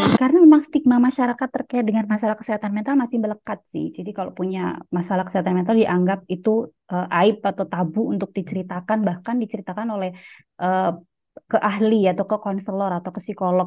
Karena memang stigma masyarakat terkait dengan masalah kesehatan mental masih melekat sih. Jadi kalau punya masalah kesehatan mental dianggap itu aib atau tabu untuk diceritakan, bahkan diceritakan oleh eh, ke ahli atau ke konselor atau ke psikolog.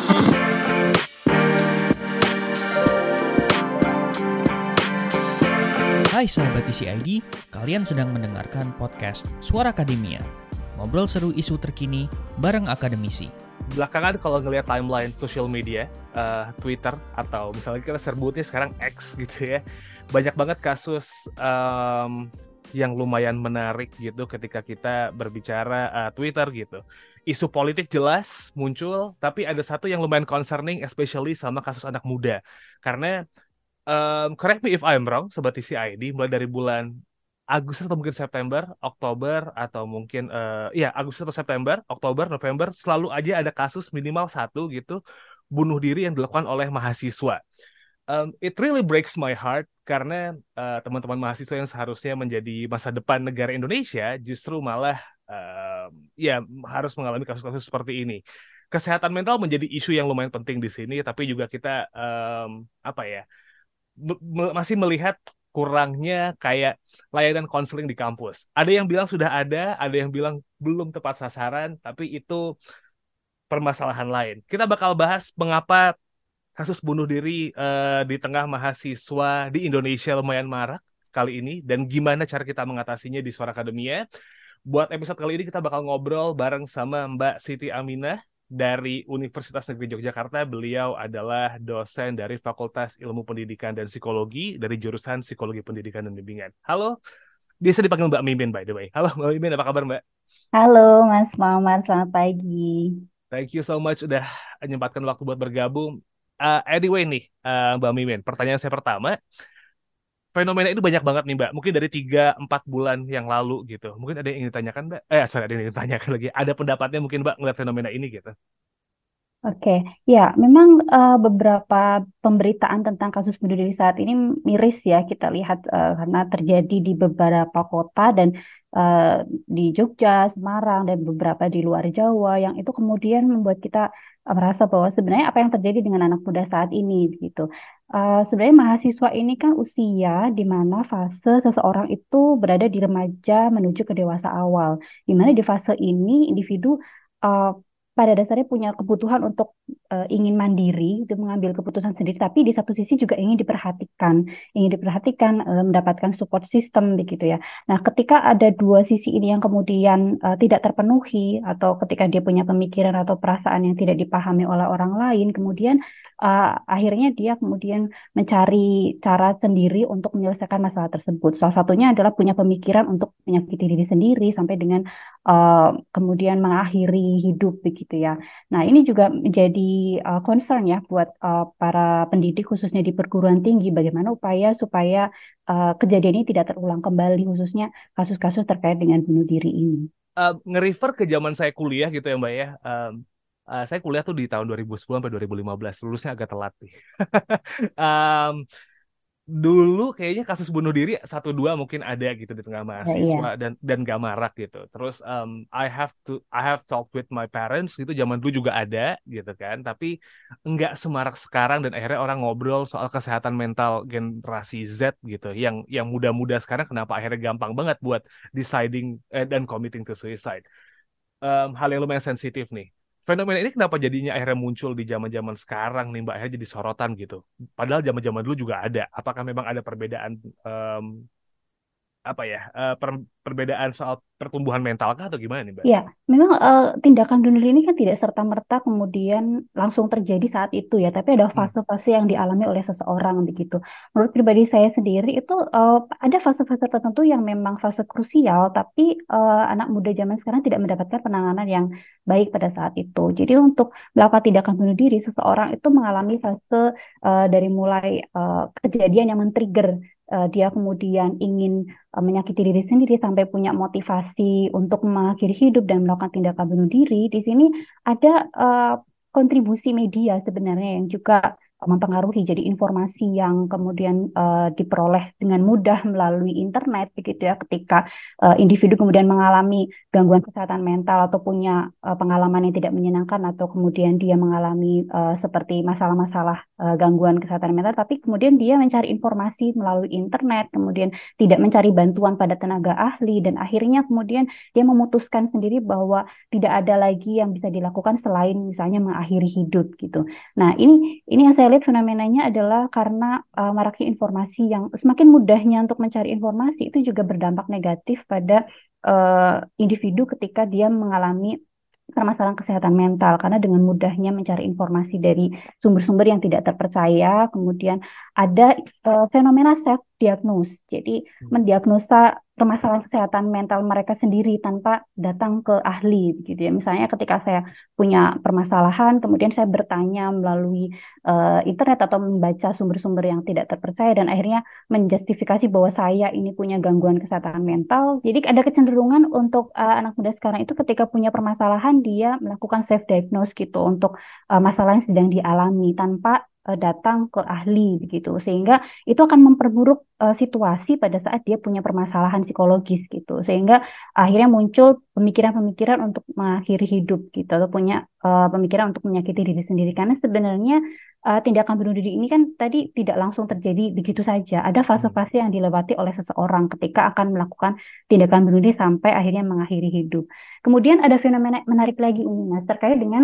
Hai sahabat TCID, kalian sedang mendengarkan podcast Suara Akademia. Ngobrol seru isu terkini bareng akademisi. Belakangan kalau ngelihat timeline social media, Twitter atau misalnya kita sebutnya sekarang X gitu ya, banyak banget kasus yang lumayan menarik gitu ketika kita berbicara Twitter gitu. Isu politik jelas muncul, tapi ada satu yang lumayan concerning, especially sama kasus anak muda. Karena correct me if I'm wrong, Sobat TCID, mulai dari bulan Agustus atau mungkin September, Oktober, atau mungkin Agustus atau September, Oktober, November, selalu aja ada kasus minimal satu gitu bunuh diri yang dilakukan oleh mahasiswa. It really breaks my heart karena teman-teman mahasiswa yang seharusnya menjadi masa depan negara Indonesia justru malah harus mengalami kasus-kasus seperti ini. Kesehatan mental menjadi isu yang lumayan penting di sini, tapi juga kita masih melihat kurangnya kayak layanan konseling di kampus. Ada yang bilang sudah ada yang bilang belum tepat sasaran, tapi itu permasalahan lain. Kita bakal bahas mengapa kasus bunuh diri di tengah mahasiswa di Indonesia lumayan marak kali ini, dan gimana cara kita mengatasinya di Suara Akademia. Buat episode kali ini kita bakal ngobrol bareng sama Mbak Siti Aminah dari Universitas Negeri Yogyakarta. Beliau adalah dosen dari Fakultas Ilmu Pendidikan dan Psikologi dari jurusan Psikologi Pendidikan dan Bimbingan. Halo, biasa dipanggil Mbak Mimin by the way. Halo Mbak Mimin, apa kabar Mbak? Halo Mas Muhammad, selamat pagi. Thank you so much udah menyempatkan waktu buat bergabung. Anyway nih, Mbak Mimin, pertanyaan saya pertama, fenomena itu banyak banget nih Mbak. Mungkin dari 3-4 bulan yang lalu gitu. Mungkin ada yang ingin ditanyakan Mbak? Ada yang ingin ditanyakan lagi. Ada pendapatnya mungkin Mbak ngeliat fenomena ini gitu. Oke, ya memang beberapa pemberitaan tentang kasus bunuh diri saat ini miris ya kita lihat karena terjadi di beberapa kota dan eh, di Jogja, Semarang dan beberapa di luar Jawa yang itu kemudian membuat kita merasa bahwa sebenarnya apa yang terjadi dengan anak muda saat ini gitu. Sebenarnya mahasiswa ini kan usia di mana fase seseorang itu berada di remaja menuju ke dewasa awal, di mana di fase ini individu eh, pada dasarnya punya kebutuhan untuk ingin mandiri, itu mengambil keputusan sendiri, tapi di satu sisi juga ingin diperhatikan, mendapatkan support system begitu ya. Nah, ketika ada dua sisi ini yang kemudian tidak terpenuhi, atau ketika dia punya pemikiran atau perasaan yang tidak dipahami oleh orang lain, kemudian akhirnya dia kemudian mencari cara sendiri untuk menyelesaikan masalah tersebut. Salah satunya adalah punya pemikiran untuk menyakiti diri sendiri sampai dengan kemudian mengakhiri hidup begitu ya. Nah, ini juga menjadi concern ya buat para pendidik khususnya di perguruan tinggi, bagaimana upaya supaya kejadian ini tidak terulang kembali, khususnya kasus-kasus terkait dengan bunuh diri ini. Nge-refer ke zaman saya kuliah gitu ya Mbak ya. Saya kuliah tuh di tahun 2010 sampai 2015. Lulusnya agak telat nih. Em, Dulu kayaknya kasus bunuh diri 1-2 mungkin ada gitu di tengah Ya, mahasiswa iya. dan gak marak gitu. Terus I have talked with my parents gitu, zaman dulu juga ada gitu kan, tapi nggak semarak sekarang, dan akhirnya orang ngobrol soal kesehatan mental generasi Z gitu, yang muda-muda sekarang kenapa akhirnya gampang banget buat deciding dan committing to suicide. Hal yang lumayan sensitif nih. Fenomena ini kenapa jadinya akhirnya muncul di zaman-zaman sekarang nih Mbak, akhirnya jadi sorotan gitu. Padahal zaman-zaman dulu juga ada. Apakah memang ada perbedaan perbedaan soal pertumbuhan mental kah atau gimana nih Mbak? Ya, memang tindakan bunuh diri ini kan tidak serta-merta kemudian langsung terjadi saat itu ya, tapi ada Hmm. fase-fase yang dialami oleh seseorang begitu. Menurut pribadi saya sendiri itu ada fase-fase tertentu yang memang fase krusial, tapi anak muda zaman sekarang tidak mendapatkan penanganan yang baik pada saat itu. Jadi untuk melakukan tindakan bunuh diri, seseorang itu mengalami fase dari mulai kejadian yang men-trigger dia kemudian ingin menyakiti diri sendiri sampai punya motivasi untuk mengakhiri hidup dan melakukan tindakan bunuh diri. Di sini ada kontribusi media sebenarnya yang juga mempengaruhi. Jadi informasi yang kemudian diperoleh dengan mudah melalui internet begitu ya, ketika individu kemudian mengalami gangguan kesehatan mental atau punya pengalaman yang tidak menyenangkan atau kemudian dia mengalami seperti masalah-masalah gangguan kesehatan mental, tapi kemudian dia mencari informasi melalui internet, kemudian tidak mencari bantuan pada tenaga ahli, dan akhirnya kemudian dia memutuskan sendiri bahwa tidak ada lagi yang bisa dilakukan selain misalnya mengakhiri hidup gitu. Nah, ini yang saya lihat fenomenanya adalah karena maraknya informasi, yang semakin mudahnya untuk mencari informasi itu juga berdampak negatif pada individu ketika dia mengalami permasalahan kesehatan mental, karena dengan mudahnya mencari informasi dari sumber-sumber yang tidak terpercaya, kemudian ada fenomena self diagnose, jadi mendiagnosa permasalahan kesehatan mental mereka sendiri tanpa datang ke ahli gitu ya. Misalnya ketika saya punya permasalahan, kemudian saya bertanya melalui internet atau membaca sumber-sumber yang tidak terpercaya, dan akhirnya menjustifikasi bahwa saya ini punya gangguan kesehatan mental. Jadi ada kecenderungan untuk anak muda sekarang itu ketika punya permasalahan dia melakukan self diagnose gitu untuk masalah yang sedang dialami tanpa datang ke ahli begitu, sehingga itu akan memperburuk situasi pada saat dia punya permasalahan psikologis gitu, sehingga akhirnya muncul pemikiran-pemikiran untuk mengakhiri hidup gitu, atau punya pemikiran untuk menyakiti diri sendiri, karena sebenarnya tindakan bunuh diri ini kan tadi tidak langsung terjadi begitu saja. Ada fase-fase yang dilewati oleh seseorang ketika akan melakukan tindakan bunuh diri sampai akhirnya mengakhiri hidup. Kemudian ada fenomena menarik lagi ini, Mas, terkait dengan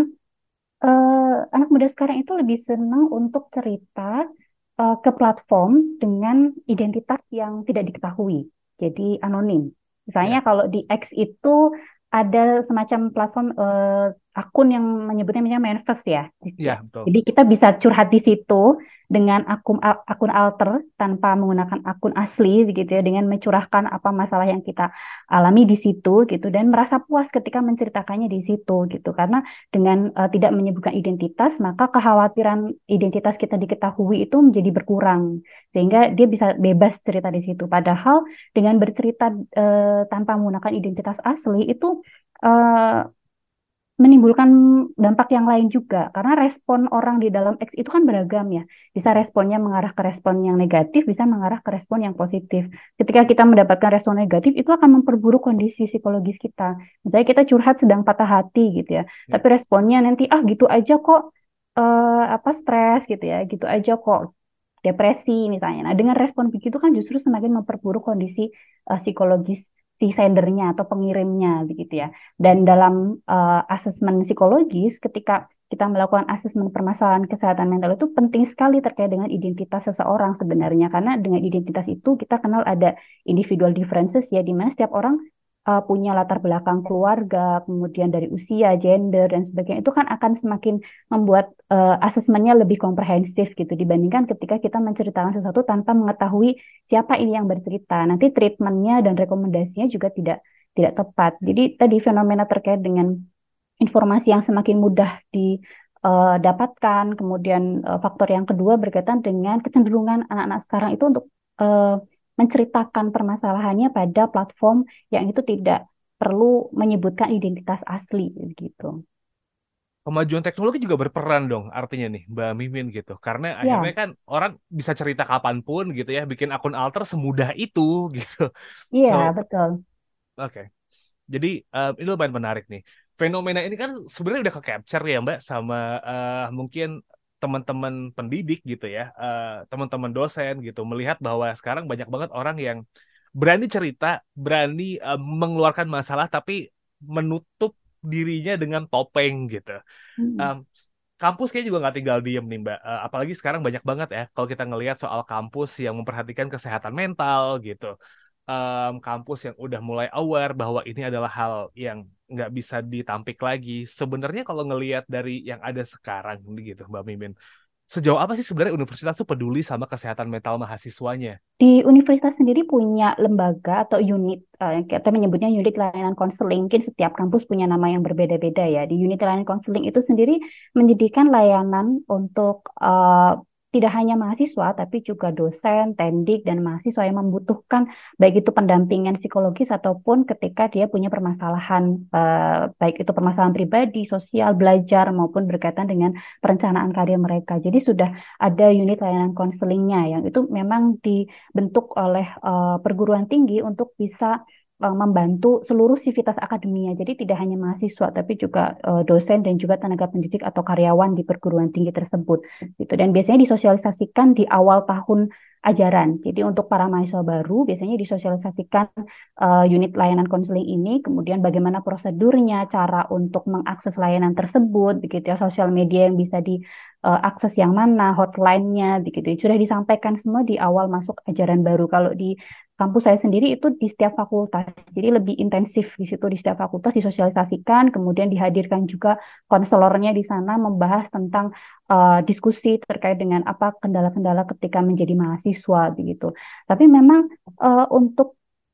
anak muda sekarang itu lebih senang untuk cerita ke platform dengan identitas yang tidak diketahui, jadi anonim. Misalnya Ya, kalau di X itu ada semacam platform akun yang menyebutnya misalnya manifest ya. ya betul. Jadi kita bisa curhat di situ dengan akun alter tanpa menggunakan akun asli gitu ya, dengan mencurahkan apa masalah yang kita alami di situ gitu, dan merasa puas ketika menceritakannya di situ gitu. Karena dengan tidak menyebutkan identitas, maka kekhawatiran identitas kita diketahui itu menjadi berkurang, sehingga dia bisa bebas cerita di situ. Padahal dengan bercerita tanpa menggunakan identitas asli itu eh, menimbulkan dampak yang lain juga, karena respon orang di dalam X itu kan beragam ya, bisa responnya mengarah ke respon yang negatif, bisa mengarah ke respon yang positif. Ketika kita mendapatkan respon negatif itu akan memperburuk kondisi psikologis kita, misalnya kita curhat sedang patah hati gitu ya, Ya. tapi responnya nanti gitu aja kok, apa, stres gitu ya, gitu aja kok depresi misalnya. Nah, dengan respon begitu kan justru semakin memperburuk kondisi psikologis si sendernya atau pengirimnya begitu ya. Dan dalam asesmen psikologis, ketika kita melakukan asesmen permasalahan kesehatan mental itu penting sekali terkait dengan identitas seseorang sebenarnya, karena dengan identitas itu kita kenal ada individual differences ya, di mana setiap orang punya latar belakang keluarga, kemudian dari usia, gender dan sebagainya, itu kan akan semakin membuat asesmennya lebih komprehensif gitu dibandingkan ketika kita menceritakan sesuatu tanpa mengetahui siapa ini yang bercerita. Nanti treatmentnya dan rekomendasinya juga tidak tepat. Jadi tadi fenomena terkait dengan informasi yang semakin mudah didapatkan, kemudian faktor yang kedua berkaitan dengan kecenderungan anak-anak sekarang itu untuk menceritakan permasalahannya pada platform yang itu tidak perlu menyebutkan identitas asli gitu. Kemajuan teknologi juga berperan dong artinya nih Mbak Mimin gitu. Karena akhirnya Ya, kan orang bisa cerita kapanpun gitu ya, bikin akun alter semudah itu gitu. iya So, betul. oke. Jadi ini lumayan menarik nih. Fenomena ini kan sebenarnya udah ke-capture ya Mbak sama mungkin teman-teman pendidik gitu ya, teman-teman dosen gitu, melihat bahwa sekarang banyak banget orang yang berani cerita, berani mengeluarkan masalah tapi menutup dirinya dengan topeng gitu. Hmm. Em, Kampus kayaknya juga nggak tinggal diem nih Mbak. Apalagi sekarang banyak banget ya kalau kita ngelihat soal kampus yang memperhatikan kesehatan mental gitu. Kampus yang udah mulai aware bahwa ini adalah hal yang nggak bisa ditampik lagi. Sebenarnya kalau ngelihat dari yang ada sekarang gitu Mbak Mimin, sejauh apa sih sebenarnya universitas tuh peduli sama kesehatan mental mahasiswanya? Di universitas sendiri punya lembaga atau unit, kita menyebutnya unit layanan konseling. Mungkin setiap kampus punya nama yang berbeda-beda ya. Di unit layanan konseling itu sendiri menyediakan layanan untuk tidak hanya mahasiswa, tapi juga dosen, tendik, dan mahasiswa yang membutuhkan baik itu pendampingan psikologis ataupun ketika dia punya permasalahan, baik itu permasalahan pribadi, sosial, belajar, maupun berkaitan dengan perencanaan karir mereka. Jadi sudah ada unit layanan konselingnya yang itu memang dibentuk oleh perguruan tinggi untuk bisa membantu seluruh sivitas akademia. Jadi tidak hanya mahasiswa, tapi juga dosen dan juga tenaga pendidik atau karyawan di perguruan tinggi tersebut. Gitu. Dan biasanya disosialisasikan di awal tahun ajaran. Jadi untuk para mahasiswa baru biasanya disosialisasikan unit layanan konseling ini, kemudian bagaimana prosedurnya, cara untuk mengakses layanan tersebut, begitu ya, sosial media yang bisa diakses yang mana, hotline-nya, begitu. Sudah disampaikan semua di awal masuk ajaran baru. Kalau di kampus saya sendiri itu di setiap fakultas, jadi lebih intensif di situ di setiap fakultas disosialisasikan, kemudian dihadirkan juga konselornya di sana membahas tentang diskusi terkait dengan apa kendala-kendala ketika menjadi mahasiswa begitu. Tapi memang untuk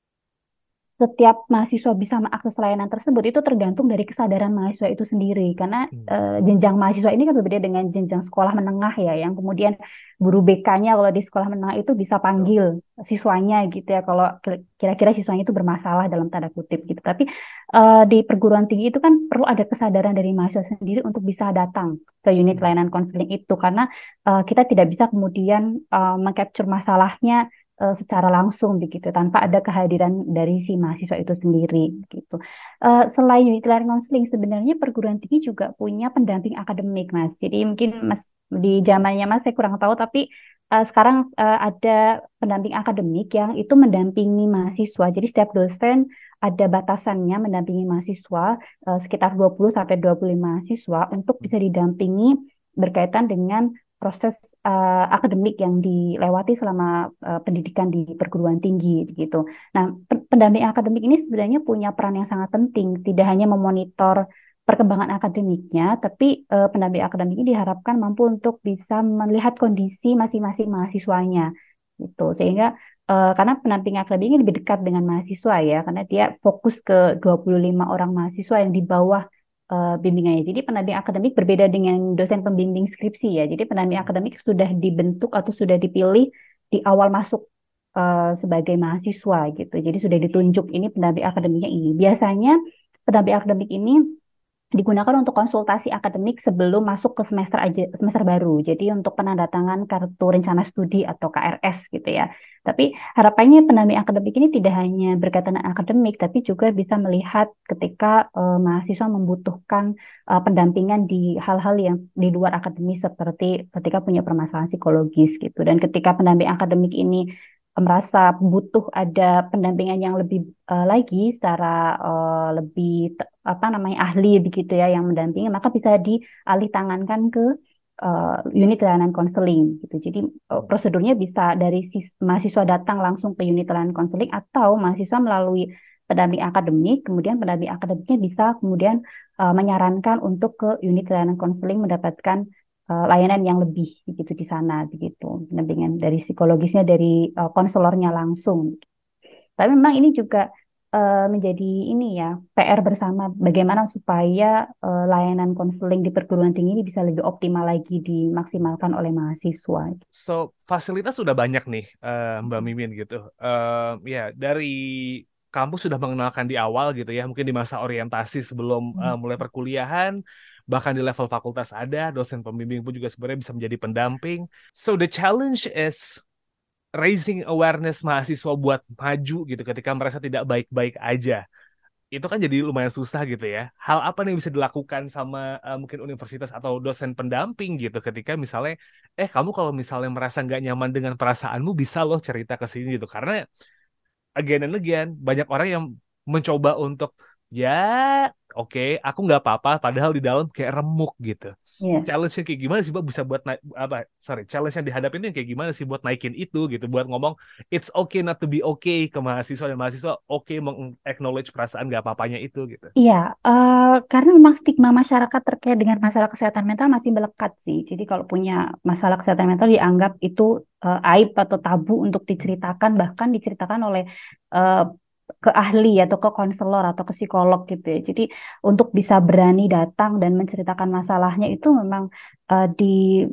setiap mahasiswa bisa mengakses layanan tersebut itu tergantung dari kesadaran mahasiswa itu sendiri karena jenjang mahasiswa ini kan berbeda dengan jenjang sekolah menengah ya yang kemudian guru BK-nya kalau di sekolah menengah itu bisa panggil siswanya gitu ya kalau kira-kira siswanya itu bermasalah dalam tanda kutip gitu tapi di perguruan tinggi itu kan perlu ada kesadaran dari mahasiswa sendiri untuk bisa datang ke unit layanan konseling itu karena kita tidak bisa kemudian mengcapture masalahnya secara langsung begitu tanpa ada kehadiran dari si mahasiswa itu sendiri gitu. Selain unit layanan konseling sebenarnya perguruan tinggi juga punya pendamping akademik Mas. Jadi mungkin Mas di zamannya Mas saya kurang tahu tapi sekarang ada pendamping akademik yang itu mendampingi mahasiswa. Jadi setiap dosen ada batasannya mendampingi mahasiswa sekitar 20 sampai 25 mahasiswa untuk bisa didampingi berkaitan dengan proses akademik yang dilewati selama pendidikan di perguruan tinggi gitu. Nah, pendamping akademik ini sebenarnya punya peran yang sangat penting, tidak hanya memonitor perkembangan akademiknya, tapi pendamping akademik ini diharapkan mampu untuk bisa melihat kondisi masing-masing mahasiswanya gitu. Sehingga karena pendamping akademik ini lebih dekat dengan mahasiswa ya, karena dia fokus ke 25 orang mahasiswa yang di bawah bimbingannya. Jadi pendamping akademik berbeda dengan dosen pembimbing skripsi ya. Jadi pendamping akademik sudah dibentuk atau sudah dipilih di awal masuk sebagai mahasiswa gitu. Jadi sudah ditunjuk ini pendamping akademiknya ini. Biasanya pendamping akademik ini digunakan untuk konsultasi akademik sebelum masuk ke semester baru. Jadi untuk penandatangan kartu rencana studi atau KRS gitu ya. Tapi harapannya pendamping akademik ini tidak hanya berkaitan dengan akademik, tapi juga bisa melihat ketika mahasiswa membutuhkan pendampingan di hal-hal yang di luar akademis seperti ketika punya permasalahan psikologis gitu. Dan ketika pendamping akademik ini merasa butuh ada pendampingan yang lebih lagi secara lebih ahli begitu ya yang mendampingi maka bisa dialih tangankan ke unit layanan konseling gitu. Jadi prosedurnya bisa dari mahasiswa datang langsung ke unit layanan konseling atau mahasiswa melalui pendamping akademik, kemudian pendamping akademiknya bisa kemudian menyarankan untuk ke unit layanan konseling mendapatkan layanan yang lebih begitu di sana begitu pendampingan dari psikologisnya dari konselornya langsung. Tapi memang ini juga menjadi ini ya PR bersama bagaimana supaya layanan konseling di perguruan tinggi ini bisa lebih optimal lagi dimaksimalkan oleh mahasiswa. So fasilitas sudah banyak nih Mbak Mimin gitu. Ya dari kampus sudah mengenalkan di awal gitu ya mungkin di masa orientasi sebelum mulai perkuliahan. Bahkan di level fakultas ada, dosen pembimbing pun juga sebenarnya bisa menjadi pendamping. So the challenge is raising awareness mahasiswa buat maju gitu ketika merasa tidak baik-baik aja. Itu kan jadi lumayan susah gitu ya. Hal apa nih yang bisa dilakukan sama mungkin universitas atau dosen pendamping gitu ketika misalnya, kamu kalau misalnya merasa nggak nyaman dengan perasaanmu bisa loh cerita ke sini gitu. Karena again and again, banyak orang yang mencoba untuk ya aku nggak apa-apa padahal di dalam kayak remuk gitu. Yeah. Challenge-nya kayak gimana sih Mbak bisa buat challenge yang dihadapin yang kayak gimana sih buat naikin itu gitu buat ngomong it's okay not to be okay ke mahasiswa dan mahasiswa meng-acknowledge perasaan nggak apa-apanya itu gitu. Iya, karena memang stigma masyarakat terkait dengan masalah kesehatan mental masih melekat sih. Jadi kalau punya masalah kesehatan mental dianggap itu aib atau tabu untuk diceritakan, bahkan diceritakan oleh ke ahli atau ke konselor atau ke psikolog gitu ya. Jadi untuk bisa berani datang dan menceritakan masalahnya itu memang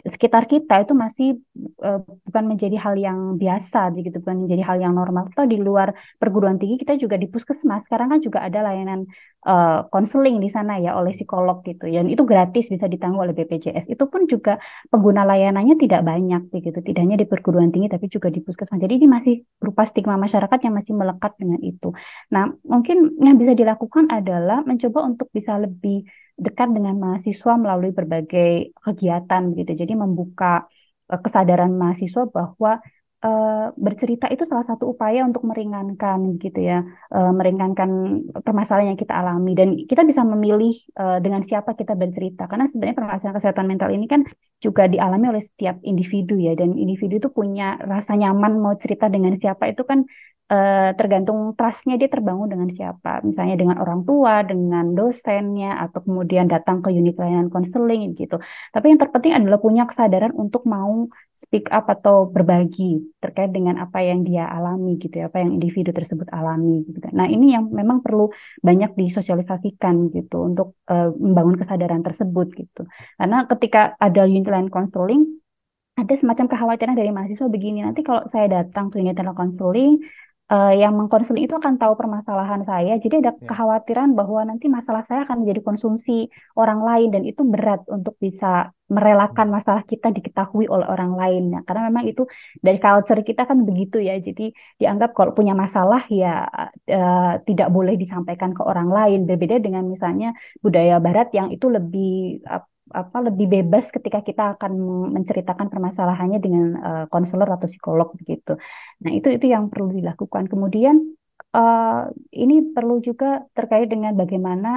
sekitar kita itu masih bukan menjadi hal yang biasa begitu, bukan menjadi hal yang normal. Atau di luar perguruan tinggi kita juga di puskesmas sekarang kan juga ada layanan konseling di sana ya oleh psikolog gitu, dan itu gratis bisa ditanggung oleh BPJS. Itu pun juga pengguna layanannya tidak banyak begitu, tidak hanya di perguruan tinggi tapi juga di puskesmas. Jadi ini masih berupa stigma masyarakat yang masih melekat dengan itu. Nah, mungkin yang bisa dilakukan adalah mencoba untuk bisa lebih dekat dengan mahasiswa melalui berbagai kegiatan gitu. Jadi membuka kesadaran mahasiswa bahwa bercerita itu salah satu upaya untuk meringankan gitu ya, meringankan permasalahan yang kita alami, dan kita bisa memilih dengan siapa kita bercerita, karena sebenarnya permasalahan kesehatan mental ini kan juga dialami oleh setiap individu ya, dan individu itu punya rasa nyaman mau cerita dengan siapa itu kan tergantung trustnya dia terbangun dengan siapa, misalnya dengan orang tua, dengan dosennya, atau kemudian datang ke unit layanan konseling gitu. Tapi yang terpenting adalah punya kesadaran untuk mau speak up atau berbagi terkait dengan apa yang dia alami gitu ya, apa yang individu tersebut alami gitu kan. Nah, ini yang memang perlu banyak disosialisasikan gitu untuk membangun kesadaran tersebut gitu. Karena ketika ada unit layanan konseling, ada semacam kekhawatiran dari mahasiswa begini, nanti kalau saya datang ke unit konseling, yang mengkonseling itu akan tahu permasalahan saya, jadi ada Ya. kekhawatiran bahwa nanti masalah saya akan menjadi konsumsi orang lain, dan itu berat untuk bisa merelakan masalah kita diketahui oleh orang lain. Nah, karena memang itu dari culture kita kan begitu ya, jadi dianggap kalau punya masalah ya tidak boleh disampaikan ke orang lain, berbeda dengan misalnya budaya Barat yang itu lebih lebih bebas ketika kita akan menceritakan permasalahannya dengan konselor atau psikolog begitu. Nah, itu yang perlu dilakukan. Kemudian eh, ini perlu juga terkait dengan bagaimana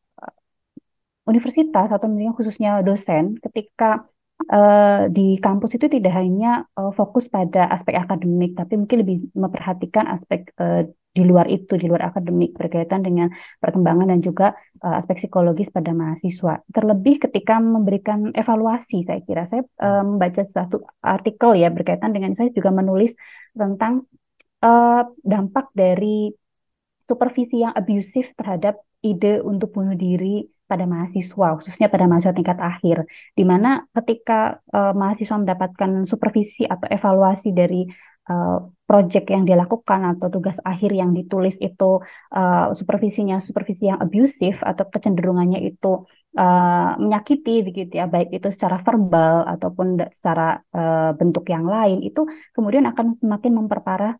universitas atau mungkin khususnya dosen ketika di kampus itu tidak hanya fokus pada aspek akademik, tapi mungkin lebih memperhatikan aspek di luar itu, di luar akademik, berkaitan dengan perkembangan dan juga aspek psikologis pada mahasiswa. Terlebih ketika memberikan evaluasi, saya kira saya membaca satu artikel ya berkaitan dengan, saya juga menulis tentang dampak dari supervisi yang abusif terhadap ide untuk bunuh diri pada mahasiswa, khususnya pada mahasiswa tingkat akhir, di mana ketika mahasiswa mendapatkan supervisi atau evaluasi dari proyek yang dilakukan atau tugas akhir yang ditulis itu supervisinya supervisi yang abusif atau kecenderungannya itu menyakiti begitu ya, baik itu secara verbal ataupun secara bentuk yang lain, itu kemudian akan semakin memperparah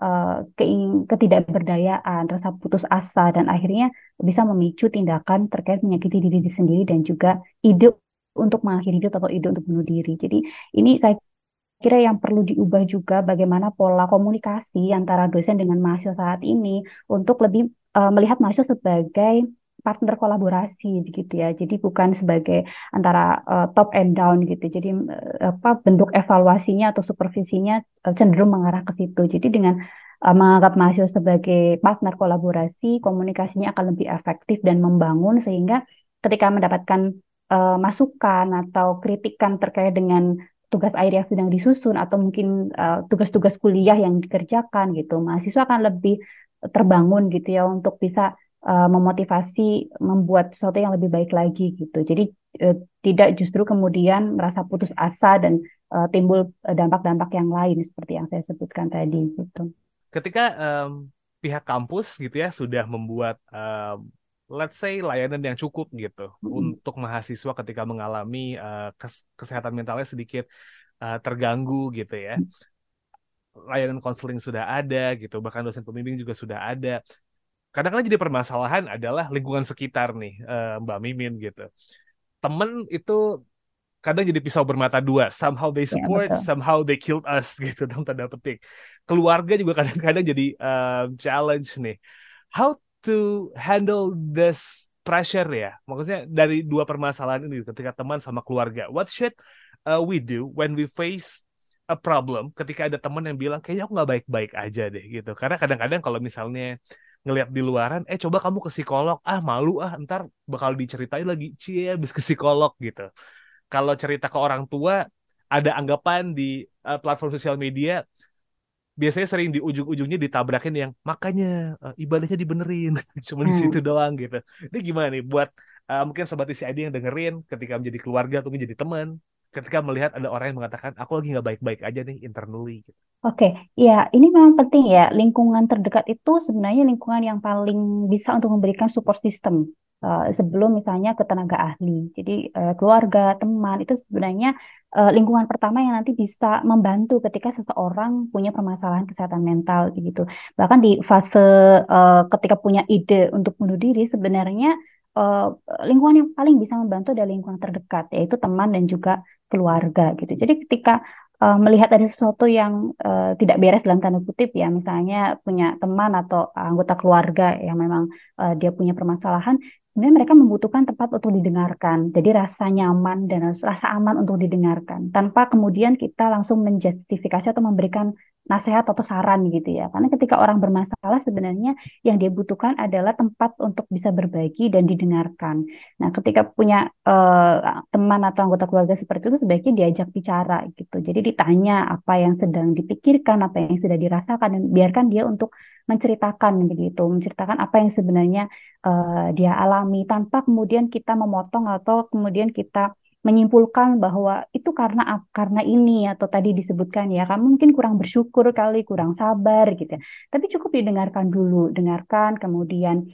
ketidakberdayaan, rasa putus asa, dan akhirnya bisa memicu tindakan terkait menyakiti diri sendiri dan juga ide untuk mengakhiri hidup atau ide untuk bunuh diri. Jadi ini saya kira yang perlu diubah juga bagaimana pola komunikasi antara dosen dengan mahasiswa saat ini untuk lebih melihat mahasiswa sebagai partner kolaborasi gitu ya. Jadi bukan sebagai antara top and down gitu. Jadi bentuk evaluasinya atau supervisinya cenderung mengarah ke situ. Jadi dengan menganggap mahasiswa sebagai partner kolaborasi, komunikasinya akan lebih efektif dan membangun, sehingga ketika mendapatkan masukan atau kritikan terkait dengan tugas akhir yang sedang disusun atau mungkin tugas-tugas kuliah yang dikerjakan gitu, mahasiswa akan lebih terbangun gitu ya untuk bisa memotivasi membuat sesuatu yang lebih baik lagi gitu. Jadi eh, tidak justru kemudian merasa putus asa dan timbul dampak-dampak yang lain seperti yang saya sebutkan tadi gitu. Ketika pihak kampus gitu ya sudah membuat let's say layanan yang cukup gitu Mm-mm. untuk mahasiswa ketika mengalami kesehatan mentalnya sedikit terganggu gitu ya. Layanan konseling sudah ada gitu, bahkan dosen pembimbing juga sudah ada. Kadang-kadang jadi permasalahan adalah lingkungan sekitar nih, Mbak Mimin gitu. Temen itu kadang jadi pisau bermata dua. Somehow they Ya, support, betul. somehow they killed us gitu dalam tanda petik. Keluarga juga kadang-kadang jadi challenge nih. How to handle this pressure ya? Maksudnya dari dua permasalahan ini ketika teman sama keluarga. What should we do when we face a problem ketika ada teman yang bilang kayaknya aku nggak baik-baik aja deh gitu. Karena kadang-kadang kalau misalnya ngelihat di luaran, coba kamu ke psikolog, malu ntar bakal diceritain lagi, cie habis ke psikolog gitu. Kalau cerita ke orang tua, ada anggapan di platform sosial media, biasanya sering di ujung-ujungnya ditabrakin yang makanya ibadahnya dibenerin, cuma di situ Nah, doang gitu. Ini gimana nih buat mungkin sobat isi ID yang dengerin ketika menjadi keluarga atau menjadi teman, ketika melihat ada orang yang mengatakan aku lagi nggak baik-baik aja nih internally gitu. Oke, ya ini memang penting ya. Lingkungan terdekat itu sebenarnya lingkungan yang paling bisa untuk memberikan support system sebelum misalnya ke tenaga ahli. Jadi keluarga, teman itu sebenarnya lingkungan pertama yang nanti bisa membantu ketika seseorang punya permasalahan kesehatan mental gitu. Bahkan di fase ketika punya ide untuk bunuh diri sebenarnya eh, lingkungan yang paling bisa membantu adalah lingkungan terdekat, yaitu teman dan juga keluarga gitu. Jadi ketika melihat ada sesuatu yang tidak beres dalam tanda kutip ya, misalnya punya teman atau anggota keluarga yang memang dia punya permasalahan, sebenarnya mereka membutuhkan tempat untuk didengarkan. Jadi rasa nyaman dan rasa aman untuk didengarkan, tanpa kemudian kita langsung menjustifikasi atau memberikan nasihat atau saran gitu ya. Karena ketika orang bermasalah sebenarnya yang dia butuhkan adalah tempat untuk bisa berbagi dan didengarkan. Nah, ketika punya teman atau anggota keluarga seperti itu sebaiknya diajak bicara gitu. Jadi ditanya apa yang sedang dipikirkan, apa yang sudah dirasakan dan biarkan dia untuk menceritakan begitu, menceritakan apa yang sebenarnya dia alami tanpa kemudian kita memotong atau kemudian kita menyimpulkan bahwa itu karena ini atau tadi disebutkan ya kamu mungkin kurang bersyukur kali, kurang sabar gitu ya. Tapi cukup didengarkan dulu, dengarkan kemudian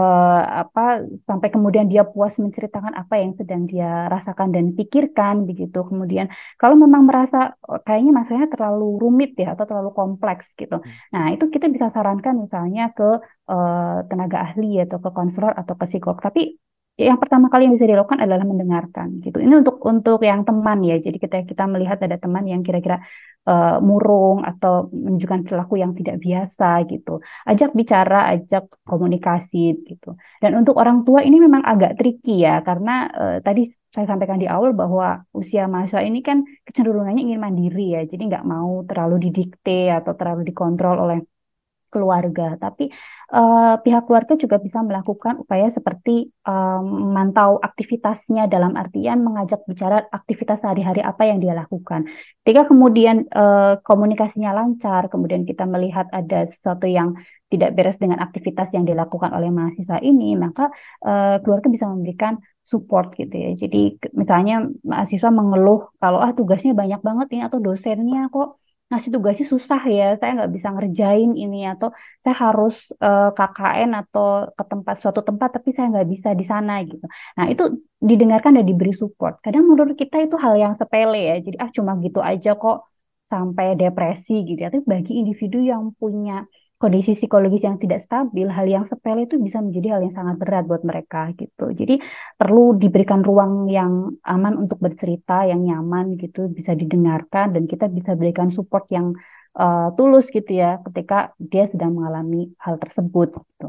sampai kemudian dia puas menceritakan apa yang sedang dia rasakan dan pikirkan begitu. Kemudian kalau memang merasa kayaknya masalahnya terlalu rumit ya atau terlalu kompleks gitu. Nah, itu kita bisa sarankan misalnya ke tenaga ahli atau ke konselor atau ke psikolog. Tapi yang pertama kali yang bisa dilakukan adalah mendengarkan gitu. Ini untuk yang teman ya. Jadi kita melihat ada teman yang kira-kira murung atau menunjukkan perilaku yang tidak biasa gitu. Ajak bicara, ajak komunikasi gitu. Dan untuk orang tua ini memang agak tricky ya karena tadi saya sampaikan di awal bahwa usia mahasiswa ini kan kecenderungannya ingin mandiri ya. Jadi nggak mau terlalu didikte atau terlalu dikontrol oleh keluarga, tapi pihak keluarga juga bisa melakukan upaya seperti memantau aktivitasnya dalam artian mengajak bicara aktivitas sehari-hari apa yang dia lakukan. Ketika kemudian komunikasinya lancar, kemudian kita melihat ada sesuatu yang tidak beres dengan aktivitas yang dilakukan oleh mahasiswa ini, maka keluarga bisa memberikan support gitu ya. Jadi misalnya mahasiswa mengeluh kalau tugasnya banyak banget ini atau dosennya kok ngasih tugasnya susah ya, saya nggak bisa ngerjain ini atau saya harus KKN atau ke suatu tempat tapi saya nggak bisa di sana gitu. Nah itu didengarkan dan diberi support. Kadang menurut kita itu hal yang sepele ya, jadi cuma gitu aja kok sampai depresi gitu ya. Tapi bagi individu yang punya kondisi psikologis yang tidak stabil, hal yang sepele itu bisa menjadi hal yang sangat berat buat mereka gitu. Jadi perlu diberikan ruang yang aman untuk bercerita, yang nyaman gitu, bisa didengarkan dan kita bisa berikan support yang tulus gitu ya ketika dia sedang mengalami hal tersebut gitu.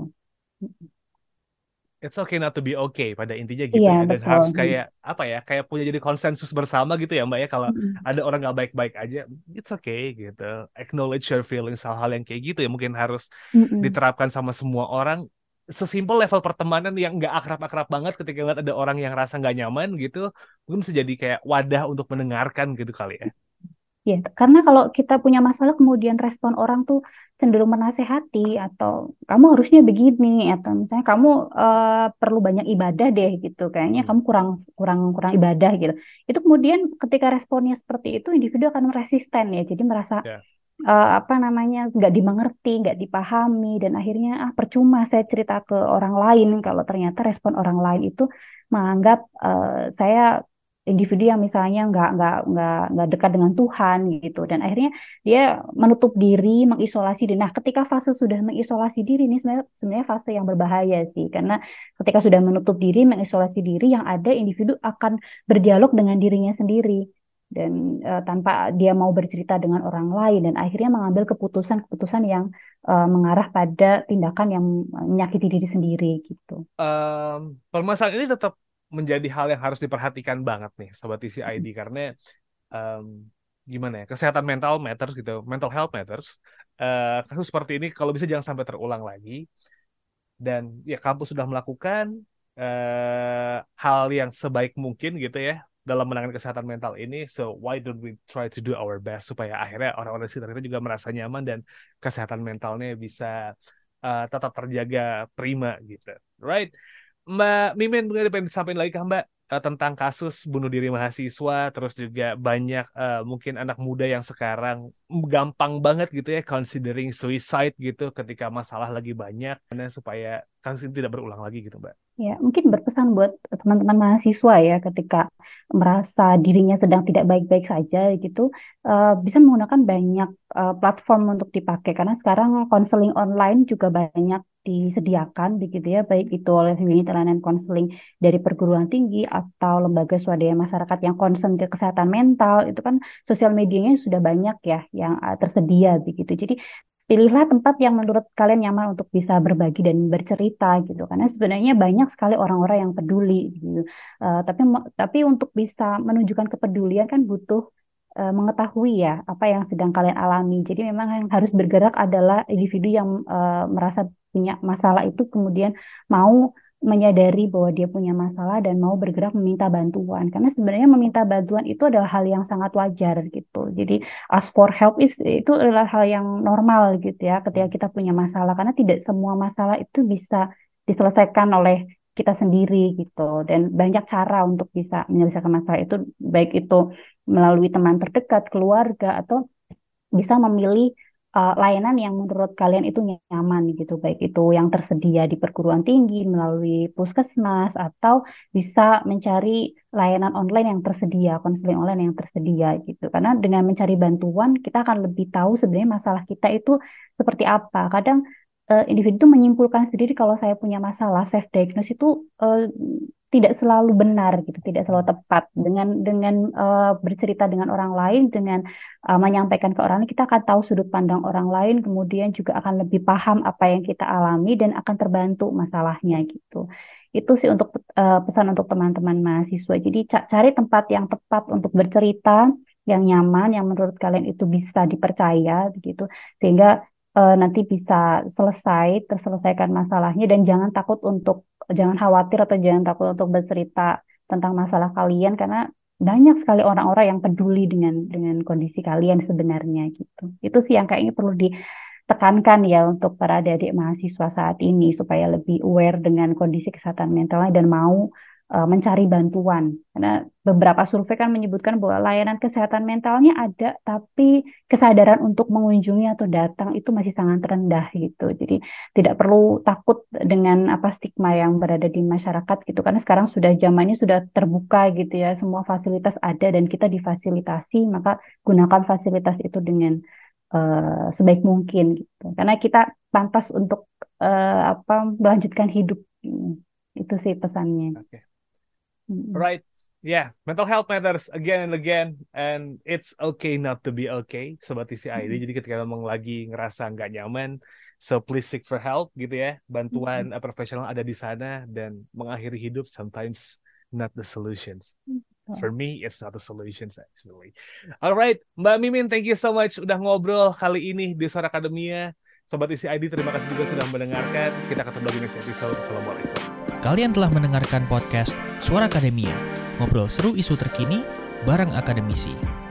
It's okay not to be okay pada intinya gitu Iya, ya, dan betul. harus kayak apa ya, kayak punya jadi konsensus bersama gitu ya Mbak ya, kalau Mm-mm. ada orang nggak baik-baik aja it's okay gitu, acknowledge your feelings, hal-hal yang kayak gitu ya mungkin harus Mm-mm. diterapkan sama semua orang. Sesimpel level pertemanan yang nggak akrab-akrab banget, ketika ngeliat ada orang yang rasa nggak nyaman gitu mungkin bisa jadi kayak wadah untuk mendengarkan gitu kali ya. Ya, karena kalau kita punya masalah kemudian respon orang tuh cenderung menasehati atau kamu harusnya begini atau misalnya kamu perlu banyak ibadah deh gitu, kayaknya kamu kurang kurang kurang ibadah gitu. Itu kemudian ketika responnya seperti itu individu akan resisten ya, jadi merasa Ya. apa namanya nggak dimengerti, nggak dipahami dan akhirnya percuma saya cerita ke orang lain kalau ternyata respon orang lain itu menganggap saya individu yang misalnya nggak dekat dengan Tuhan gitu dan akhirnya dia menutup diri, mengisolasi diri. Nah, ketika fase sudah mengisolasi diri ini sebenarnya fase yang berbahaya sih karena ketika sudah menutup diri, mengisolasi diri yang ada individu akan berdialog dengan dirinya sendiri dan tanpa dia mau bercerita dengan orang lain dan akhirnya mengambil keputusan-keputusan yang mengarah pada tindakan yang menyakiti diri sendiri gitu. Permasalahan ini tetap menjadi hal yang harus diperhatikan banget nih Sobat TCID, karena em, gimana ya, kesehatan mental matters gitu, mental health matters. Kasus seperti ini kalau bisa jangan sampai terulang lagi, dan ya kampus sudah melakukan hal yang sebaik mungkin gitu ya dalam menangani kesehatan mental ini, so why don't we try to do our best supaya akhirnya orang-orang di sekitar kita juga merasa nyaman dan kesehatan mentalnya bisa tetap terjaga prima gitu, right? Mbak Mimin, mungkin ada yang disampaikan lagi kah Mbak? tentang kasus bunuh diri mahasiswa, terus juga banyak mungkin anak muda yang sekarang gampang banget gitu ya considering suicide gitu ketika masalah lagi banyak, supaya kasus ini tidak berulang lagi gitu, Mbak. Ya, mungkin berpesan buat teman-teman mahasiswa ya ketika merasa dirinya sedang tidak baik-baik saja gitu, bisa menggunakan banyak platform untuk dipakai karena sekarang konseling online juga banyak disediakan begitu ya, baik itu oleh unit layanan konseling dari perguruan tinggi atau lembaga swadaya masyarakat yang concern ke kesehatan mental, itu kan sosial medianya sudah banyak ya yang tersedia begitu. Jadi pilihlah tempat yang menurut kalian nyaman untuk bisa berbagi dan bercerita gitu karena sebenarnya banyak sekali orang-orang yang peduli gitu. Tapi untuk bisa menunjukkan kepedulian kan butuh mengetahui ya apa yang sedang kalian alami. Jadi memang yang harus bergerak adalah individu yang merasa punya masalah itu kemudian mau menyadari bahwa dia punya masalah dan mau bergerak meminta bantuan karena sebenarnya meminta bantuan itu adalah hal yang sangat wajar gitu. Jadi ask for help itu adalah hal yang normal gitu ya ketika kita punya masalah karena tidak semua masalah itu bisa diselesaikan oleh kita sendiri gitu dan banyak cara untuk bisa menyelesaikan masalah itu baik itu melalui teman terdekat, keluarga atau bisa memilih layanan yang menurut kalian itu nyaman gitu, baik itu yang tersedia di perguruan tinggi melalui puskesmas atau bisa mencari layanan online yang tersedia, konseling online yang tersedia gitu. Karena dengan mencari bantuan kita akan lebih tahu sebenarnya masalah kita itu seperti apa. Kadang individu menyimpulkan sendiri kalau saya punya masalah, self diagnose itu tidak selalu benar gitu, tidak selalu tepat. Dengan bercerita dengan orang lain, dengan menyampaikan ke orang lain, kita akan tahu sudut pandang orang lain, kemudian juga akan lebih paham apa yang kita alami dan akan terbantu masalahnya gitu. Itu sih untuk pesan untuk teman-teman mahasiswa. Jadi cari tempat yang tepat untuk bercerita, yang nyaman, yang menurut kalian itu bisa dipercaya begitu, sehingga nanti bisa terselesaikan masalahnya dan jangan khawatir atau jangan takut untuk bercerita tentang masalah kalian karena banyak sekali orang-orang yang peduli dengan kondisi kalian sebenarnya gitu. Itu sih yang kayaknya perlu ditekankan ya untuk para adik-adik mahasiswa saat ini supaya lebih aware dengan kondisi kesehatan mentalnya dan mau mencari bantuan. Karena beberapa survei kan menyebutkan bahwa layanan kesehatan mentalnya ada, tapi kesadaran untuk mengunjungi atau datang itu masih sangat rendah gitu. Jadi tidak perlu takut dengan stigma yang berada di masyarakat gitu. Karena sekarang zamannya sudah terbuka gitu ya, semua fasilitas ada dan kita difasilitasi, maka gunakan fasilitas itu dengan sebaik mungkin gitu. Karena kita pantas untuk melanjutkan hidup. Itu sih pesannya. Okay. Right, yeah, mental health matters again and again, and it's okay not to be okay, Sobat TCID. Jadi ketika memang lagi ngerasa nggak nyaman, so please seek for help gitu ya. Bantuan profesional ada di sana dan mengakhiri hidup sometimes not the solutions. For me, it's not the solutions actually. Alright, Mbak Mimin, thank you so much udah ngobrol kali ini di Suara Akademia. Sobat TCID, terima kasih juga sudah mendengarkan. Kita ketemu lagi next episode. Assalamualaikum. Kalian telah mendengarkan podcast Suara Akademia, ngobrol seru isu terkini bareng akademisi.